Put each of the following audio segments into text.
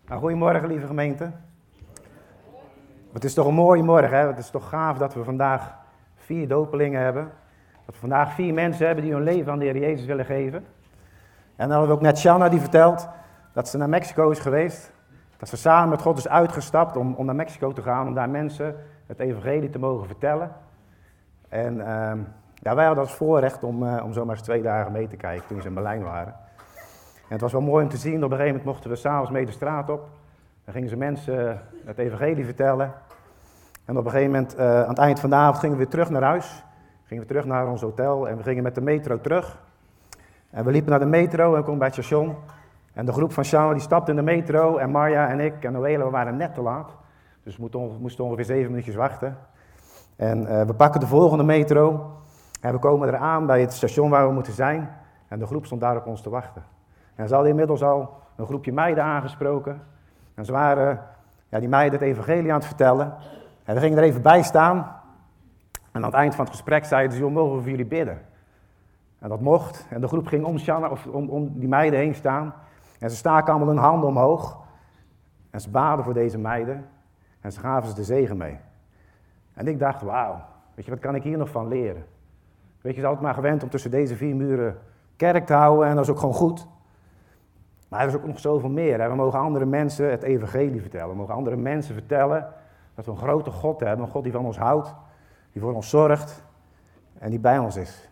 Nou, goedemorgen, lieve gemeente. Het is toch een mooie morgen, hè? Het is toch gaaf dat we vandaag 4 dopelingen hebben. Dat we vandaag 4 mensen hebben die hun leven aan de Heer Jezus willen geven. En dan hadden we ook net Shanna die vertelt dat ze naar Mexico is geweest. Dat ze samen met God is uitgestapt om naar Mexico te gaan, om daar mensen het evangelie te mogen vertellen. En wij hadden als voorrecht om zomaar eens 2 dagen mee te kijken toen ze in Berlijn waren. En het was wel mooi om te zien, op een gegeven moment mochten we s'avonds mee de straat op. Dan gingen ze mensen het evangelie vertellen. En op een gegeven moment, aan het eind van de avond, gingen we weer terug naar huis. Gingen we terug naar ons hotel en we gingen met de metro terug. En we liepen naar de metro en kwamen bij het station. En de groep van Shanna die stapte in de metro en Marja en ik en Noëlle, we waren net te laat. Dus we moesten ongeveer 7 minuutjes wachten. En we pakken de volgende metro en we komen eraan bij het station waar we moeten zijn. En de groep stond daar op ons te wachten. En ze hadden inmiddels al een groepje meiden aangesproken. En ze waren die meiden het evangelie aan het vertellen. En we gingen er even bij staan. En aan het eind van het gesprek zeiden ze, mogen we voor jullie bidden? En dat mocht. En de groep ging om Shanna, om die meiden heen staan. En ze staken allemaal hun handen omhoog. En ze baden voor deze meiden. En ze gaven ze de zegen mee. En ik dacht, wauw, weet je, wat kan ik hier nog van leren? Weet je, ze altijd maar gewend om tussen deze 4 muren kerk te houden. En dat is ook gewoon goed. Maar er is ook nog zoveel meer. Hè? We mogen andere mensen het evangelie vertellen. We mogen andere mensen vertellen dat we een grote God hebben. Een God die van ons houdt, die voor ons zorgt en die bij ons is.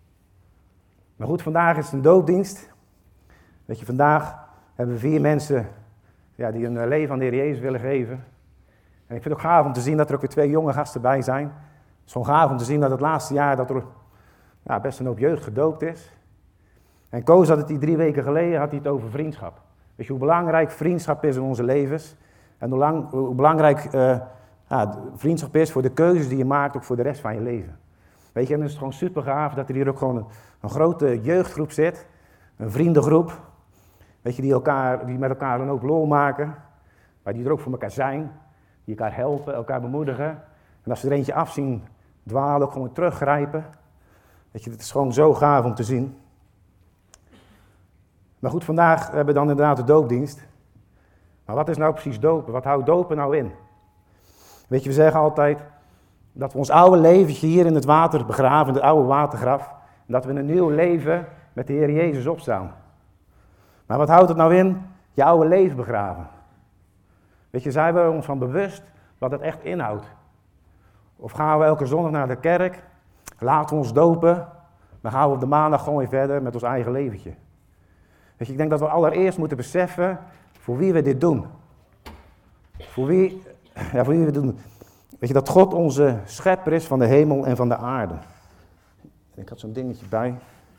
Maar goed, vandaag is het een doopdienst. Weet je, vandaag hebben we 4 mensen die hun leven aan de Heer Jezus willen geven. En ik vind het ook gaaf om te zien dat er ook weer 2 jonge gasten bij zijn. Het is gewoon gaaf om te zien dat het laatste jaar dat er best een hoop jeugd gedoopt is. En Koos had het die 3 weken geleden had hij het over vriendschap. Weet je hoe belangrijk vriendschap is in onze levens? En hoe belangrijk vriendschap is voor de keuzes die je maakt, ook voor de rest van je leven. Weet je, en dan is het gewoon super gaaf dat er hier ook gewoon een grote jeugdgroep zit. Een vriendengroep. Weet je, die met elkaar een hoop lol maken. Maar die er ook voor elkaar zijn. Die elkaar helpen, elkaar bemoedigen. En als ze er eentje afzien dwalen, ook gewoon teruggrijpen. Weet je, het is gewoon zo gaaf om te zien. Maar goed, vandaag hebben we dan inderdaad de doopdienst. Maar wat is nou precies dopen? Wat houdt dopen nou in? Weet je, we zeggen altijd dat we ons oude leventje hier in het water begraven, in het oude watergraf. En dat we in een nieuw leven met de Heer Jezus opstaan. Maar wat houdt het nou in? Je oude leven begraven. Weet je, zijn we ons van bewust wat het echt inhoudt? Of gaan we elke zondag naar de kerk, laten we ons dopen, dan gaan we op de maandag gewoon weer verder met ons eigen leventje. Weet je, ik denk dat we allereerst moeten beseffen voor wie we dit doen. Voor wie we dit doen. Weet je, dat God onze schepper is van de hemel en van de aarde. Ik had zo'n dingetje bij.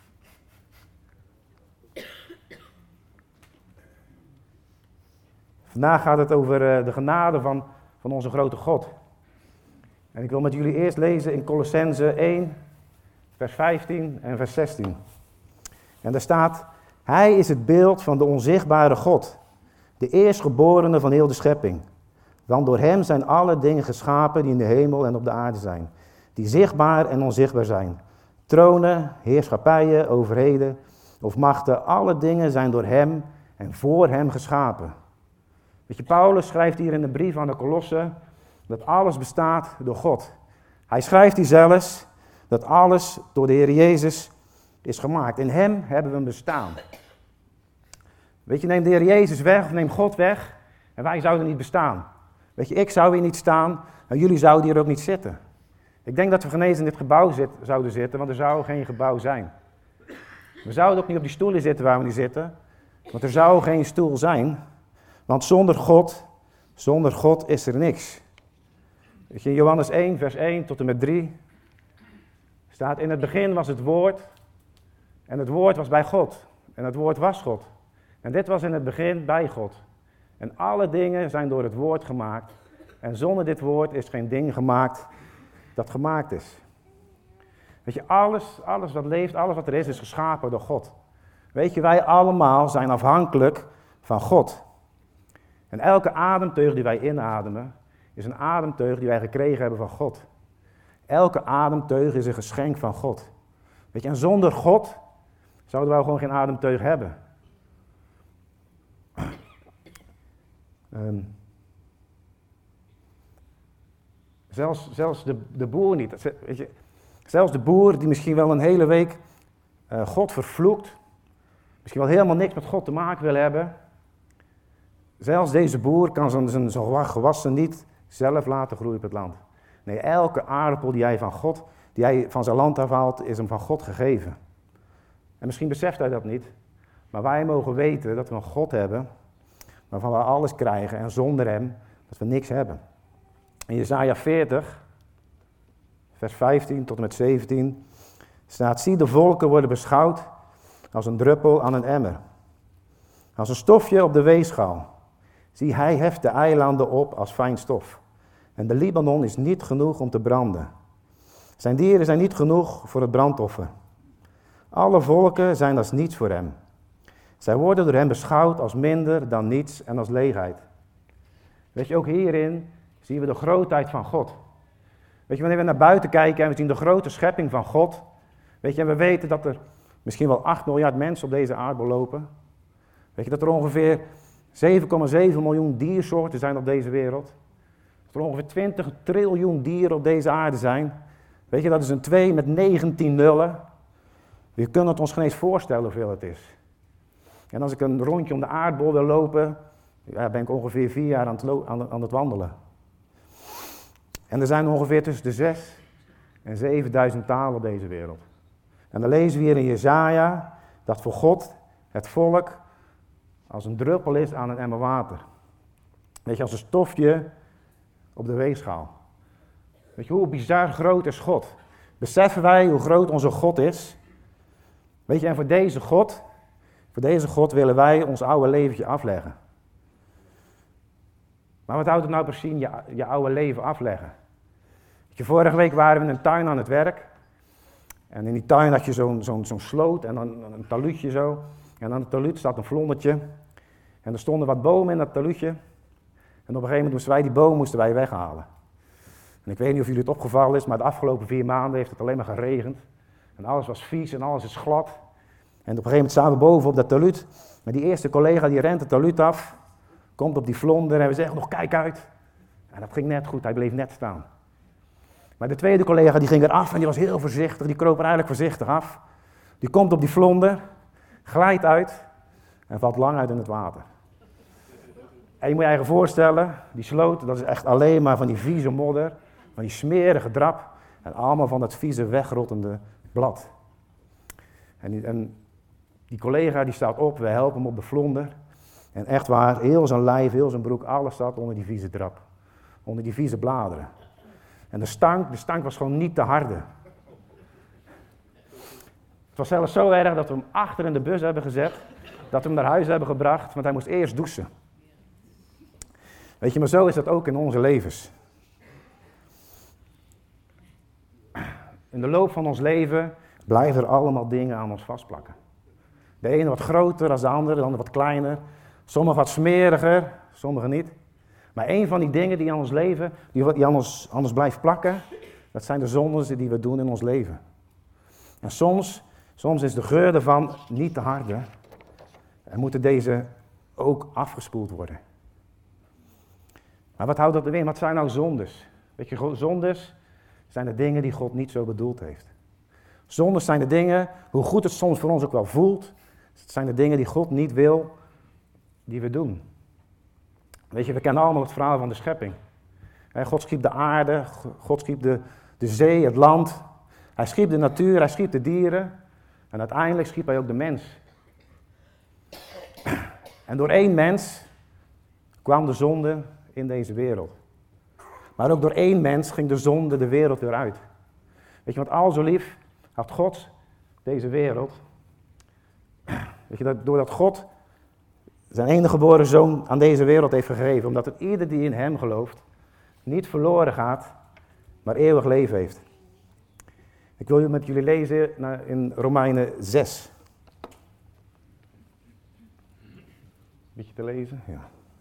Vandaag gaat het over de genade van onze grote God. En ik wil met jullie eerst lezen in Colossenzen 1, vers 15 en vers 16. En daar staat: Hij is het beeld van de onzichtbare God, de eerstgeborene van heel de schepping. Want door hem zijn alle dingen geschapen die in de hemel en op de aarde zijn, die zichtbaar en onzichtbaar zijn. Tronen, heerschappijen, overheden of machten, alle dingen zijn door hem en voor hem geschapen. Weet je, Paulus schrijft hier in de brief aan de Kolossen dat alles bestaat door God. Hij schrijft hier zelfs dat alles door de Heer Jezus is gemaakt. In hem hebben we een bestaan. Weet je, neem de Heer Jezus weg of neem God weg en wij zouden niet bestaan. Weet je, ik zou hier niet staan en jullie zouden hier ook niet zitten. Ik denk dat we genezen in dit gebouw zouden zitten, want er zou geen gebouw zijn. We zouden ook niet op die stoelen zitten waar we nu zitten, want er zou geen stoel zijn. Want zonder God is er niks. Weet je, in Johannes 1, vers 1 tot en met 3 staat: In het begin was het woord en het woord was bij God en het woord was God. En dit was in het begin bij God. En alle dingen zijn door het woord gemaakt. En zonder dit woord is geen ding gemaakt dat gemaakt is. Weet je, alles wat leeft, alles wat er is geschapen door God. Weet je, wij allemaal zijn afhankelijk van God. En elke ademteug die wij inademen, is een ademteug die wij gekregen hebben van God. Elke ademteug is een geschenk van God. Weet je, en zonder God zouden wij gewoon geen ademteug hebben. Zelfs de boer niet. Weet je, zelfs de boer die misschien wel een hele week God vervloekt, misschien wel helemaal niks met God te maken wil hebben. Zelfs deze boer kan zijn gewassen niet zelf laten groeien op het land. Nee, elke aardappel die hij van zijn land afhaalt, is hem van God gegeven. En misschien beseft hij dat niet, maar wij mogen weten dat we een God hebben, waarvan we alles krijgen en zonder hem, dat we niks hebben. In Jesaja 40, vers 15 tot en met 17, staat: zie, de volken worden beschouwd als een druppel aan een emmer, als een stofje op de weegschaal. Zie, hij heft de eilanden op als fijn stof. En de Libanon is niet genoeg om te branden. Zijn dieren zijn niet genoeg voor het brandoffer. Alle volken zijn als niets voor hem. Zij worden door hem beschouwd als minder dan niets en als leegheid. Weet je, ook hierin zien we de grootheid van God. Weet je, wanneer we naar buiten kijken en we zien de grote schepping van God. Weet je, en we weten dat er misschien wel 8 miljard mensen op deze aardbol lopen. Weet je, dat er ongeveer 7,7 miljoen diersoorten zijn op deze wereld. Dat er ongeveer 20 triljoen dieren op deze aarde zijn. Weet je, dat is een 2 met 19 nullen. We kunnen het ons geen eens voorstellen hoeveel het is. En als ik een rondje om de aardbol wil lopen, ja, ben ik ongeveer 4 jaar aan het wandelen. En er zijn ongeveer tussen de 6 en 7000 talen op deze wereld. En dan lezen we hier in Jesaja dat voor God het volk als een druppel is aan een emmer water. Weet je, als een stofje op de weegschaal. Weet je, hoe bizar groot is God? Beseffen wij hoe groot onze God is? Weet je, en voor deze God willen wij ons oude leventje afleggen. Maar wat houdt het nou precies in je oude leven afleggen? Weet je, vorige week waren we in een tuin aan het werk. En in die tuin had je zo'n sloot en dan een taluutje zo. En aan het taluut staat een vlondertje. En er stonden wat bomen in dat taluutje. En op een gegeven moment moesten wij die bomen weghalen. En ik weet niet of jullie het opgevallen is, maar de afgelopen 4 maanden heeft het alleen maar geregend. En alles was vies en alles is glad. En op een gegeven moment staan we boven op dat taluut. Maar die eerste collega die rent het taluut af. Komt op die vlonder en we zeggen nog kijk uit. En dat ging net goed, hij bleef net staan. Maar de tweede collega die ging eraf en die was heel voorzichtig. Die kroop er eigenlijk voorzichtig af. Die komt op die vlonder, glijdt uit en valt lang uit in het water. En je moet je eigen voorstellen, die sloot, dat is echt alleen maar van die vieze modder. Van die smerige drap. En allemaal van dat vieze wegrottende blad. En die collega die staat op, we helpen hem op de vlonder. En echt waar, heel zijn lijf, heel zijn broek, alles zat onder die vieze drap. Onder die vieze bladeren. En de stank was gewoon niet te harde. Het was zelfs zo erg dat we hem achter in de bus hebben gezet. Dat we hem naar huis hebben gebracht, want hij moest eerst douchen. Weet je, maar zo is dat ook in onze levens. In de loop van ons leven blijven er allemaal dingen aan ons vastplakken. De ene wat groter dan de andere, de andere wat kleiner. Sommige wat smeriger, sommige niet. Maar een van die dingen die aan ons leven, die anders blijft plakken, dat zijn de zondes die we doen in ons leven. En soms is de geur ervan niet te harde. En moeten deze ook afgespoeld worden. Maar wat houdt dat er in? Wat zijn nou zondes? Weet je, zondes zijn de dingen die God niet zo bedoeld heeft. Zondes zijn de dingen, hoe goed het soms voor ons ook wel voelt, het zijn de dingen die God niet wil, die we doen. Weet je, we kennen allemaal het verhaal van de schepping. God schiep de aarde, God schiep de zee, het land. Hij schiep de natuur, hij schiep de dieren. En uiteindelijk schiep hij ook de mens. En door 1 mens kwam de zonde in deze wereld. Maar ook door 1 mens ging de zonde de wereld weer uit. Weet je, want al zo lief had God deze wereld. Weet je, doordat God zijn enige geboren zoon aan deze wereld heeft gegeven. Omdat het ieder die in hem gelooft niet verloren gaat, maar eeuwig leven heeft. Ik wil met jullie lezen in Romeinen 6. Beetje te lezen? Ja.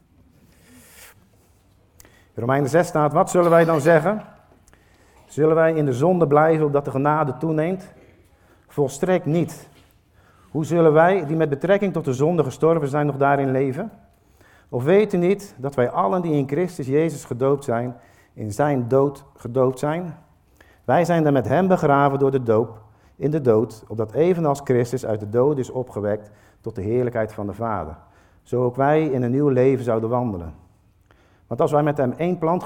In Romeinen 6 staat, wat zullen wij dan zeggen? Zullen wij in de zonde blijven opdat de genade toeneemt? Volstrekt niet. Hoe zullen wij, die met betrekking tot de zonde gestorven zijn, nog daarin leven? Of weet u niet dat wij allen die in Christus Jezus gedoopt zijn, in zijn dood gedoopt zijn? Wij zijn dan met hem begraven door de doop in de dood, opdat evenals Christus uit de dood is opgewekt tot de heerlijkheid van de Vader, zo ook wij in een nieuw leven zouden wandelen. Want als wij met hem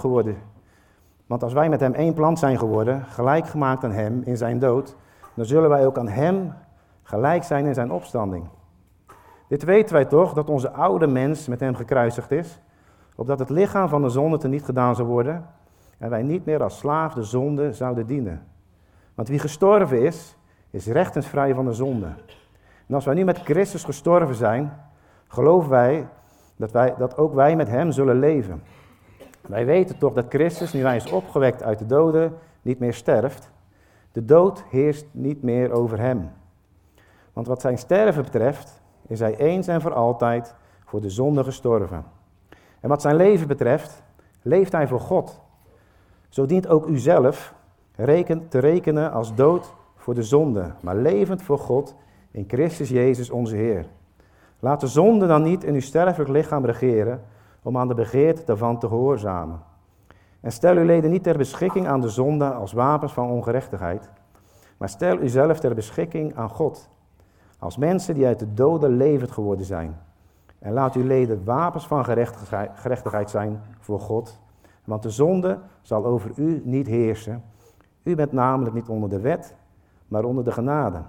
één plant zijn geworden, gelijk gemaakt aan hem in zijn dood, dan zullen wij ook aan hem gelijk zijn in zijn opstanding. Dit weten wij toch, dat onze oude mens met hem gekruisigd is, opdat het lichaam van de zonde teniet gedaan zou worden en wij niet meer als slaaf de zonde zouden dienen. Want wie gestorven is rechtensvrij van de zonde. En als wij nu met Christus gestorven zijn, geloven wij dat ook wij met hem zullen leven. Wij weten toch dat Christus, nu hij is opgewekt uit de doden, niet meer sterft. De dood heerst niet meer over hem. Want wat zijn sterven betreft, is hij eens en voor altijd voor de zonde gestorven. En wat zijn leven betreft, leeft hij voor God. Zo dient ook u zelf te rekenen als dood voor de zonde, maar levend voor God in Christus Jezus onze Heer. Laat de zonde dan niet in uw sterfelijk lichaam regeren, om aan de begeerte daarvan te gehoorzamen. En stel uw leden niet ter beschikking aan de zonde als wapens van ongerechtigheid, maar stel uzelf ter beschikking aan God, als mensen die uit de doden levend geworden zijn. En laat uw leden wapens van gerechtigheid zijn voor God, want de zonde zal over u niet heersen. U bent namelijk niet onder de wet, maar onder de genade.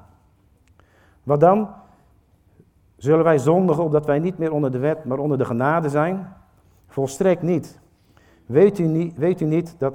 Wat dan? Zullen wij zondigen opdat wij niet meer onder de wet, maar onder de genade zijn? Volstrekt niet. Weet u niet dat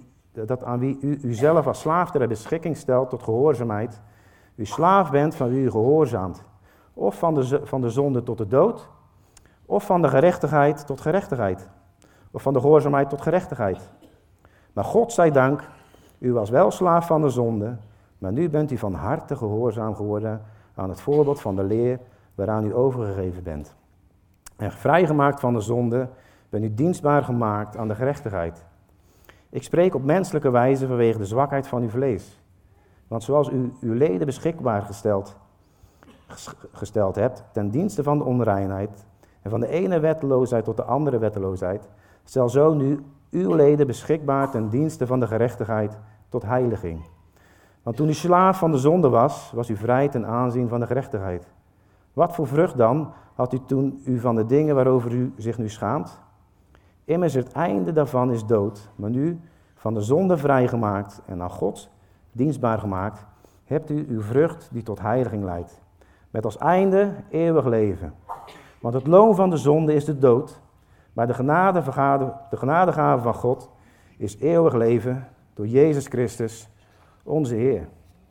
aan wie u uzelf als slaaf ter beschikking stelt tot gehoorzaamheid, u slaaf bent van wie u gehoorzaamt, of van de zonde tot de dood, of van de gerechtigheid tot gerechtigheid, of van de gehoorzaamheid tot gerechtigheid. Maar God zij dank, u was wel slaaf van de zonde, maar nu bent u van harte gehoorzaam geworden aan het voorbeeld van de leer waaraan u overgegeven bent. En vrijgemaakt van de zonde, ben u dienstbaar gemaakt aan de gerechtigheid. Ik spreek op menselijke wijze vanwege de zwakheid van uw vlees. Want zoals u uw leden beschikbaar gesteld hebt ten dienste van de onreinheid en van de ene wetteloosheid tot de andere wetteloosheid, stel zo nu uw leden beschikbaar ten dienste van de gerechtigheid tot heiliging. Want toen u slaaf van de zonde was u vrij ten aanzien van de gerechtigheid. Wat voor vrucht dan had u toen u van de dingen waarover u zich nu schaamt? Immers het einde daarvan is dood, maar nu van de zonde vrijgemaakt en aan God dienstbaar gemaakt, hebt u uw vrucht die tot heiliging leidt. Met als einde eeuwig leven. Want het loon van de zonde is de dood, maar de genadegave van God is eeuwig leven door Jezus Christus, onze Heer.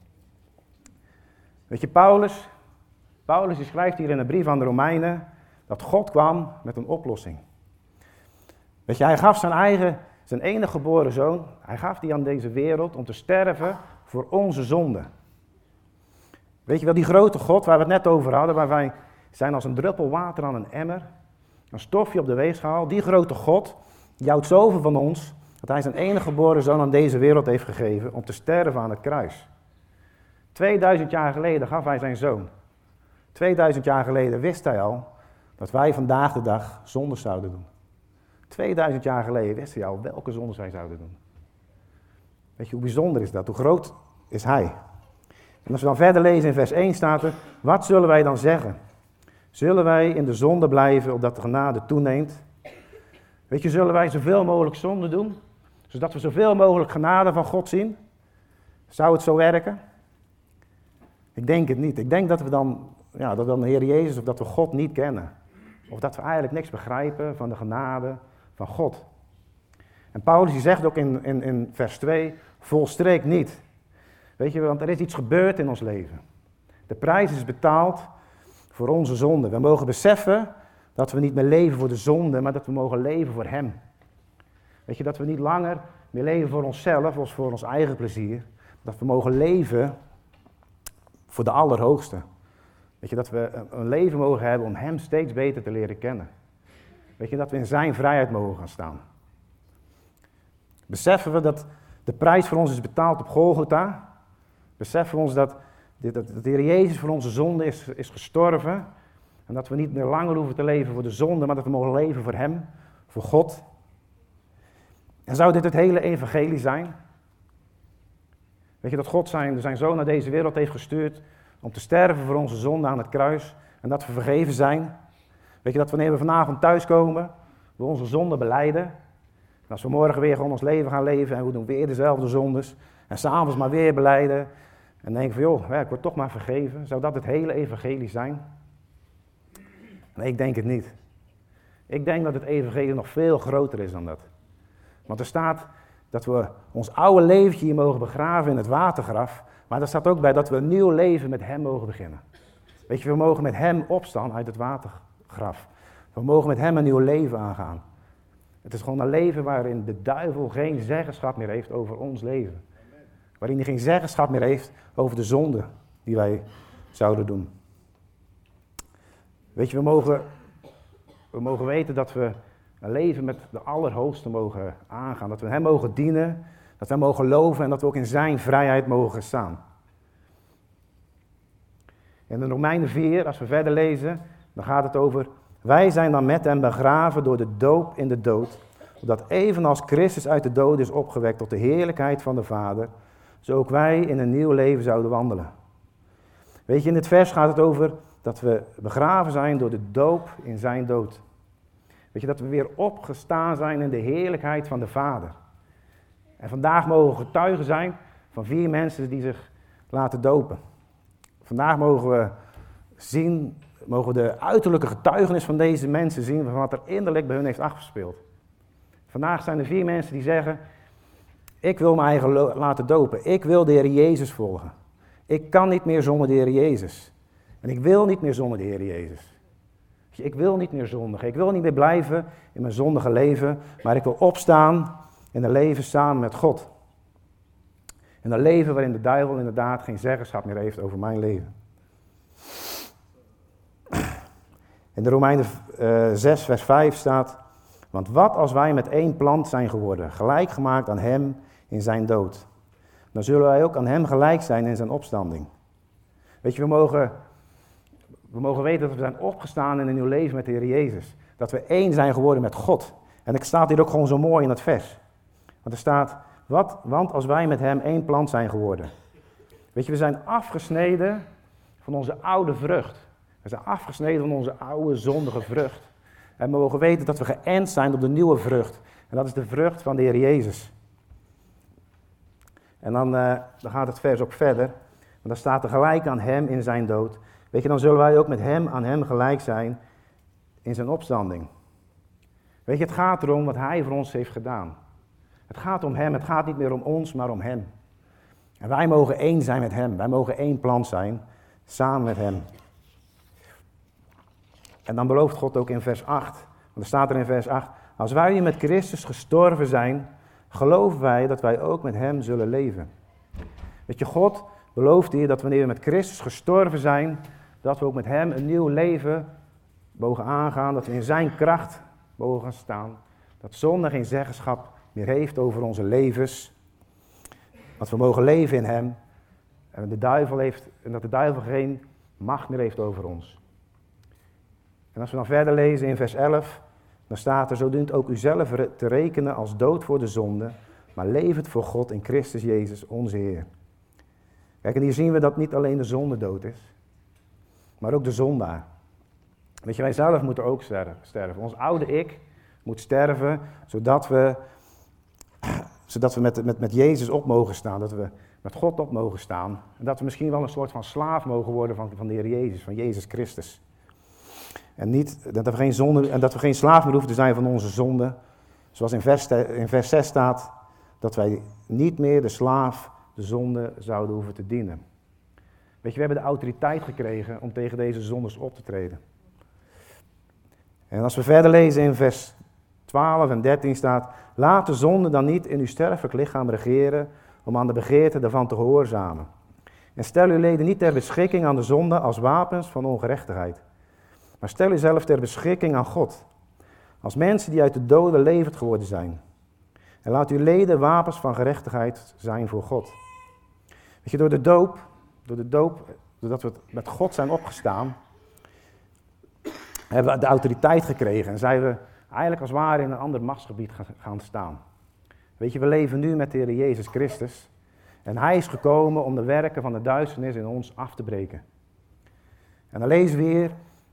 Weet je, Paulus die schrijft hier in een brief aan de Romeinen dat God kwam met een oplossing. Weet je, hij gaf zijn enige geboren zoon, hij gaf die aan deze wereld om te sterven voor onze zonde. Weet je wel, die grote God waar we het net over hadden, waar wij zijn als een druppel water aan een emmer, een stofje op de weegschaal. Die grote God, die houdt zoveel van ons, dat hij zijn enige geboren zoon aan deze wereld heeft gegeven om te sterven aan het kruis. 2000 jaar geleden gaf hij zijn zoon. 2000 jaar geleden wist hij al dat wij vandaag de dag zondes zouden doen. 2000 jaar geleden wist hij al welke zondes wij zouden doen. Weet je, hoe bijzonder is dat? Hoe groot is hij? En als we dan verder lezen in vers 1 staat er, wat zullen wij dan zeggen? Zullen wij in de zonde blijven opdat de genade toeneemt? Weet je, zullen wij zoveel mogelijk zonde doen, zodat we zoveel mogelijk genade van God zien? Zou het zo werken? Ik denk het niet. Ik denk dat we dan de Heer Jezus of dat we God niet kennen. Of dat we eigenlijk niks begrijpen van de genade van God. En Paulus die zegt ook in vers 2, volstrekt niet. Weet je, want er is iets gebeurd in ons leven. De prijs is betaald voor onze zonde. We mogen beseffen dat we niet meer leven voor de zonde, maar dat we mogen leven voor Hem. Weet je, dat we niet langer meer leven voor onszelf of voor ons eigen plezier. Dat we mogen leven voor de Allerhoogste. Weet je, dat we een leven mogen hebben om Hem steeds beter te leren kennen. Weet je, dat we in Zijn vrijheid mogen gaan staan. Beseffen we dat de prijs voor ons is betaald op Golgotha? Beseffen we ons dat de Heer Jezus voor onze zonde is gestorven? En dat we niet meer langer hoeven te leven voor de zonde, maar dat we mogen leven voor Hem, voor God. En zou dit het hele evangelie zijn? Weet je dat God zijn Zoon naar deze wereld heeft gestuurd om te sterven voor onze zonde aan het kruis en dat we vergeven zijn? Weet je dat wanneer we vanavond thuiskomen, we onze zonde belijden, en als we morgen weer gewoon ons leven gaan leven en we doen weer dezelfde zondes en s'avonds maar weer belijden en denken van joh, ik word toch maar vergeven. Zou dat het hele evangelie zijn? Nee, ik denk het niet. Ik denk dat het evangelie nog veel groter is dan dat. Want er staat dat we ons oude leventje hier mogen begraven in het watergraf, maar er staat ook bij dat we een nieuw leven met Hem mogen beginnen. Weet je, we mogen met Hem opstaan uit het watergraf. We mogen met Hem een nieuw leven aangaan. Het is gewoon een leven waarin de duivel geen zeggenschap meer heeft over ons leven. Waarin hij geen zeggenschap meer heeft over de zonde die wij zouden doen. Weet je, we mogen weten dat we een leven met de Allerhoogste mogen aangaan. Dat we Hem mogen dienen, dat we Hem mogen loven en dat we ook in Zijn vrijheid mogen staan. In de Romeinen 4, als we verder lezen, dan gaat het over: wij zijn dan met Hem begraven door de doop in de dood, opdat evenals Christus uit de dood is opgewekt tot de heerlijkheid van de Vader, zo ook wij in een nieuw leven zouden wandelen. Weet je, in dit vers gaat het over dat we begraven zijn door de doop in Zijn dood. Weet je, dat we weer opgestaan zijn in de heerlijkheid van de Vader. En vandaag mogen we getuigen zijn van 4 mensen die zich laten dopen. Vandaag mogen we de uiterlijke getuigenis van deze mensen zien, van wat er innerlijk bij hun heeft afgespeeld. Vandaag zijn er 4 mensen die zeggen: ik wil mijn eigen laten dopen. Ik wil de Heer Jezus volgen. Ik kan niet meer zonder de Heer Jezus. En ik wil niet meer zonder de Heer Jezus. Ik wil niet meer zondigen. Ik wil niet meer blijven in mijn zondige leven. Maar ik wil opstaan in een leven samen met God. In een leven waarin de duivel inderdaad geen zeggenschap meer heeft over mijn leven. In de Romeinen 6 vers 5 staat: want wat als wij met één plant zijn geworden, gelijk gemaakt aan Hem in Zijn dood, dan zullen wij ook aan Hem gelijk zijn in Zijn opstanding. Weet je, we mogen weten dat we zijn opgestaan in een nieuw leven met de Heer Jezus. Dat we één zijn geworden met God. En het staat hier ook gewoon zo mooi in het vers. Want er staat: want als wij met Hem één plant zijn geworden. Weet je, we zijn afgesneden van onze oude vrucht. We zijn afgesneden van onze oude zondige vrucht. En we mogen weten dat we geënt zijn op de nieuwe vrucht. En dat is de vrucht van de Heer Jezus. En dan gaat het vers ook verder. Want dan staat er: gelijk aan Hem in Zijn dood. Weet je, dan zullen wij ook met Hem aan Hem gelijk zijn in Zijn opstanding. Weet je, het gaat erom wat Hij voor ons heeft gedaan. Het gaat om Hem, het gaat niet meer om ons, maar om Hem. En wij mogen één zijn met Hem. Wij mogen één plant zijn, samen met Hem. En dan belooft God ook in vers 8, want er staat er in vers 8: als wij hier met Christus gestorven zijn, geloven wij dat wij ook met Hem zullen leven. Weet je, God belooft hier dat wanneer we met Christus gestorven zijn, dat we ook met Hem een nieuw leven mogen aangaan, dat we in Zijn kracht mogen gaan staan, dat zonde geen zeggenschap meer heeft over onze levens, dat we mogen leven in Hem en dat de duivel geen macht meer heeft over ons. En als we dan verder lezen in vers 11, dan staat er: zo dient ook u zelf te rekenen als dood voor de zonde, maar levend voor God in Christus Jezus onze Heer. Kijk, en hier zien we dat niet alleen de zonde dood is, maar ook de zondaar. Weet je, wij zelf moeten ook sterven. Ons oude ik moet sterven, zodat we met Jezus op mogen staan, dat we met God op mogen staan. En dat we misschien wel een soort van slaaf mogen worden van de Heer Jezus, van Jezus Christus. En dat we geen slaaf meer hoeven te zijn van onze zonde. Zoals in vers 6 staat, dat wij niet meer de slaaf, de zonde, zouden hoeven te dienen. Weet je, we hebben de autoriteit gekregen om tegen deze zondes op te treden. En als we verder lezen in vers 12 en 13 staat: laat de zonde dan niet in uw sterfelijk lichaam regeren, om aan de begeerte daarvan te gehoorzamen. En stel uw leden niet ter beschikking aan de zonde als wapens van ongerechtigheid. Maar stel uzelf ter beschikking aan God, als mensen die uit de doden levend geworden zijn. En laat uw leden wapens van gerechtigheid zijn voor God. Weet je, doordat we met God zijn opgestaan, hebben we de autoriteit gekregen en zijn we eigenlijk als het ware in een ander machtsgebied gaan staan. Weet je, we leven nu met de Heer Jezus Christus en Hij is gekomen om de werken van de duisternis in ons af te breken. En dan lezen we hier,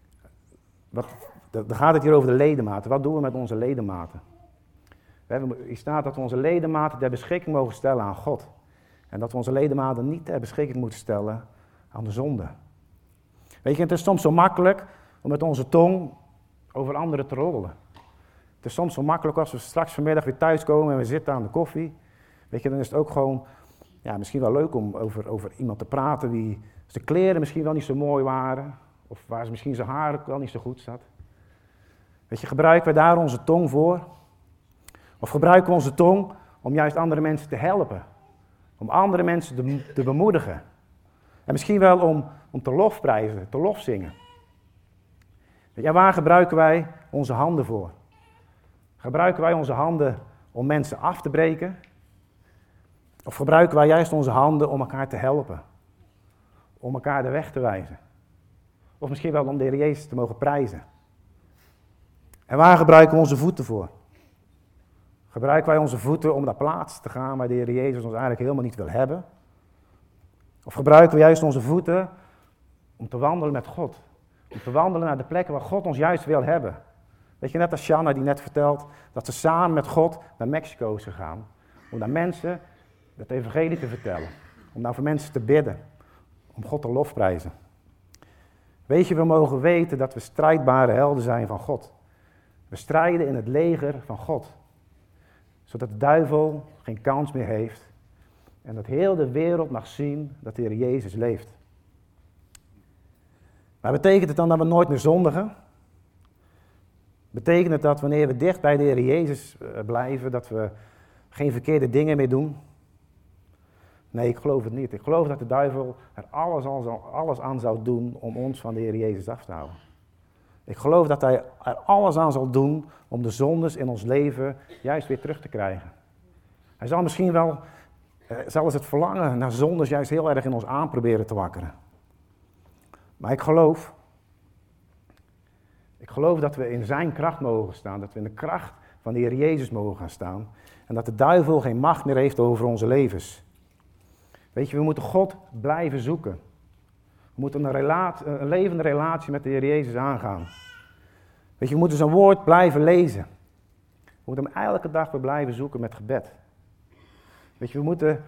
dan gaat het hier over de ledematen. Wat doen we met onze ledematen? Hier staat dat we onze ledematen ter beschikking mogen stellen aan God. En dat we onze ledematen niet ter beschikking moeten stellen aan de zonde. Weet je, het is soms zo makkelijk om met onze tong over anderen te roddelen. Het is soms zo makkelijk als we straks vanmiddag weer thuiskomen en we zitten aan de koffie. Weet je, dan is het ook gewoon misschien wel leuk om over iemand te praten wie zijn kleren misschien wel niet zo mooi waren. Of waar misschien zijn haar ook wel niet zo goed zat. Weet je, gebruiken we daar onze tong voor? Of gebruiken we onze tong om juist andere mensen te helpen? Om andere mensen te bemoedigen? En misschien wel om te lofprijzen, te lofzingen. Ja, waar gebruiken wij onze handen voor? Gebruiken wij onze handen om mensen af te breken? Of gebruiken wij juist onze handen om elkaar te helpen? Om elkaar de weg te wijzen? Of misschien wel om de Heer Jezus te mogen prijzen? En waar gebruiken we onze voeten voor? Gebruiken wij onze voeten om naar plaats te gaan waar de Heer Jezus ons eigenlijk helemaal niet wil hebben? Of gebruiken we juist onze voeten om te wandelen met God? Om te wandelen naar de plekken waar God ons juist wil hebben. Weet je, net als Shanna die net vertelt dat ze samen met God naar Mexico is gegaan. Om naar mensen het evangelie te vertellen. Om daar voor mensen te bidden. Om God te lofprijzen. Weet je, we mogen weten dat we strijdbare helden zijn van God. We strijden in het leger van God. Zodat de duivel geen kans meer heeft. En dat heel de wereld mag zien dat de Heer Jezus leeft. Maar betekent het dan dat we nooit meer zondigen? Betekent het dat wanneer we dicht bij de Heer Jezus blijven, dat we geen verkeerde dingen meer doen? Nee, ik geloof het niet. Ik geloof dat de duivel er alles aan zou doen om ons van de Heer Jezus af te houden. Ik geloof dat hij er alles aan zal doen om de zondes in ons leven juist weer terug te krijgen. Hij zal misschien wel, zelfs het verlangen naar zondes juist heel erg in ons aan proberen te wakkeren. Maar ik geloof dat we in zijn kracht mogen staan, dat we in de kracht van de Heer Jezus mogen gaan staan. En dat de duivel geen macht meer heeft over onze levens. Weet je, we moeten God blijven zoeken. We moeten een levende relatie met de Heer Jezus aangaan. Weet je, we moeten zijn woord blijven lezen. We moeten hem elke dag weer blijven zoeken met gebed. Weet je, we moeten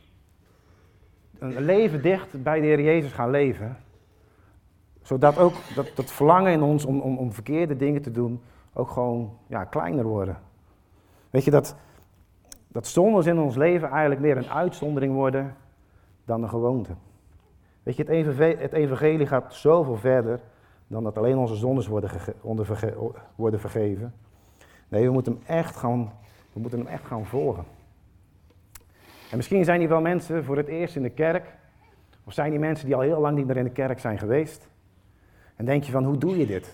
een leven dicht bij de Heer Jezus gaan leven. Zodat ook dat verlangen in ons om verkeerde dingen te doen ook gewoon kleiner worden. Weet je, dat zondes in ons leven eigenlijk meer een uitzondering worden dan een gewoonte. Weet je, het evangelie gaat zoveel verder dan dat alleen onze zondes worden vergeven. Nee, we moeten hem echt gaan volgen. En misschien zijn hier wel mensen voor het eerst in de kerk. Of zijn die mensen die al heel lang niet meer in de kerk zijn geweest. En denk je van, hoe doe je dit?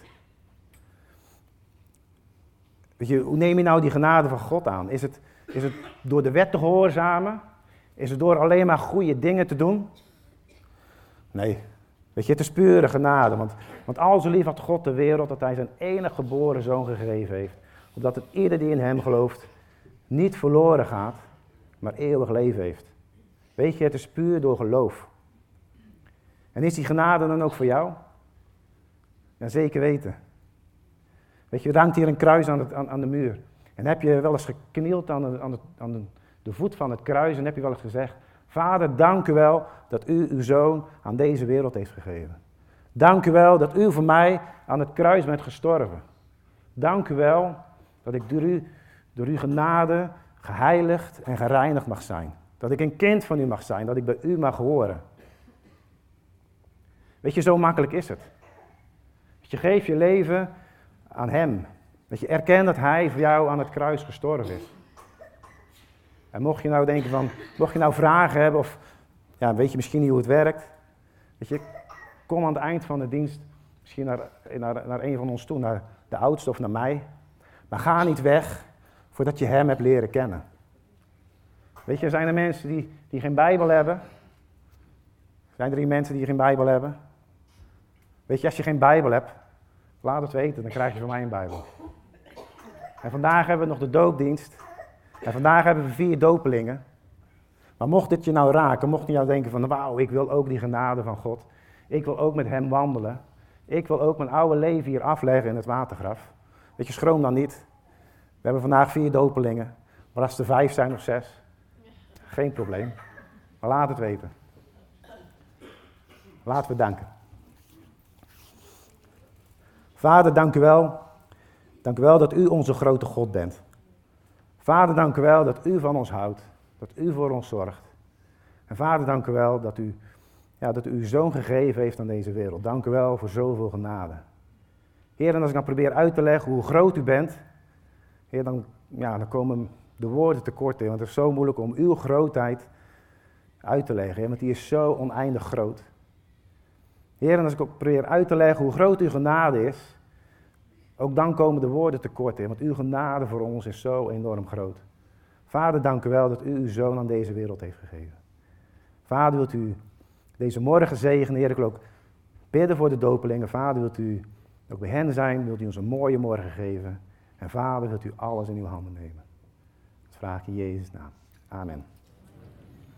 Weet je, hoe neem je nou die genade van God aan? Is het door de wet te gehoorzamen? Is het door alleen maar goede dingen te doen? Nee, weet je, het is pure genade. Want al zo lief had God de wereld dat hij zijn enige geboren zoon gegeven heeft. Opdat het ieder die in hem gelooft niet verloren gaat, maar eeuwig leven heeft. Weet je, het is puur door geloof. En is die genade dan ook voor jou? Ja, zeker weten. Weet je, er hangt hier een kruis aan de muur. En heb je wel eens geknield aan de voet van het kruis en heb je wel eens gezegd: Vader, dank u wel dat u uw zoon aan deze wereld heeft gegeven. Dank u wel dat u voor mij aan het kruis bent gestorven. Dank u wel dat ik door uw genade geheiligd en gereinigd mag zijn. Dat ik een kind van u mag zijn, dat ik bij u mag horen. Weet je, zo makkelijk is het. Je geeft je leven aan hem. Dat je erkent dat hij voor jou aan het kruis gestorven is. En mocht je nou vragen hebben of weet je misschien niet hoe het werkt. Weet je, kom aan het eind van de dienst misschien naar een van ons toe, naar de oudste of naar mij. Maar ga niet weg voordat je hem hebt leren kennen. Weet je, zijn er mensen die geen Bijbel hebben? Zijn er hier mensen die geen Bijbel hebben? Weet je, als je geen Bijbel hebt, Laat het weten, dan krijg je van mij een Bijbel. En vandaag hebben we nog de doopdienst. En vandaag hebben we 4 dopelingen. Maar mocht dit je nou raken, mocht je nou denken van wauw, ik wil ook die genade van God. Ik wil ook met hem wandelen. Ik wil ook mijn oude leven hier afleggen in het watergraf. Weet je, schroom dan niet. We hebben vandaag 4 dopelingen. Maar als er 5 zijn of 6, geen probleem. Maar laat het weten. Laten we danken. Vader, dank u wel. Dank u wel dat u onze grote God bent. Vader, dank u wel dat u van ons houdt. Dat u voor ons zorgt. En Vader, dank u wel dat u uw zoon gegeven heeft aan deze wereld. Dank u wel voor zoveel genade. Heer, en als ik dan probeer uit te leggen hoe groot u bent, Heer, dan komen de woorden tekort in. Want het is zo moeilijk om uw grootheid uit te leggen. Heer, want die is zo oneindig groot. Heer, en als ik ook probeer uit te leggen hoe groot uw genade is, ook dan komen de woorden tekort in. Want uw genade voor ons is zo enorm groot. Vader, dank u wel dat u uw zoon aan deze wereld heeft gegeven. Vader, wilt u deze morgen zegenen. Heer, ik wil ook bidden voor de dopelingen. Vader, wilt u ook bij hen zijn. Wilt u ons een mooie morgen geven. En Vader, wilt u alles in uw handen nemen. Dat vraag ik in Jezus' naam. Amen.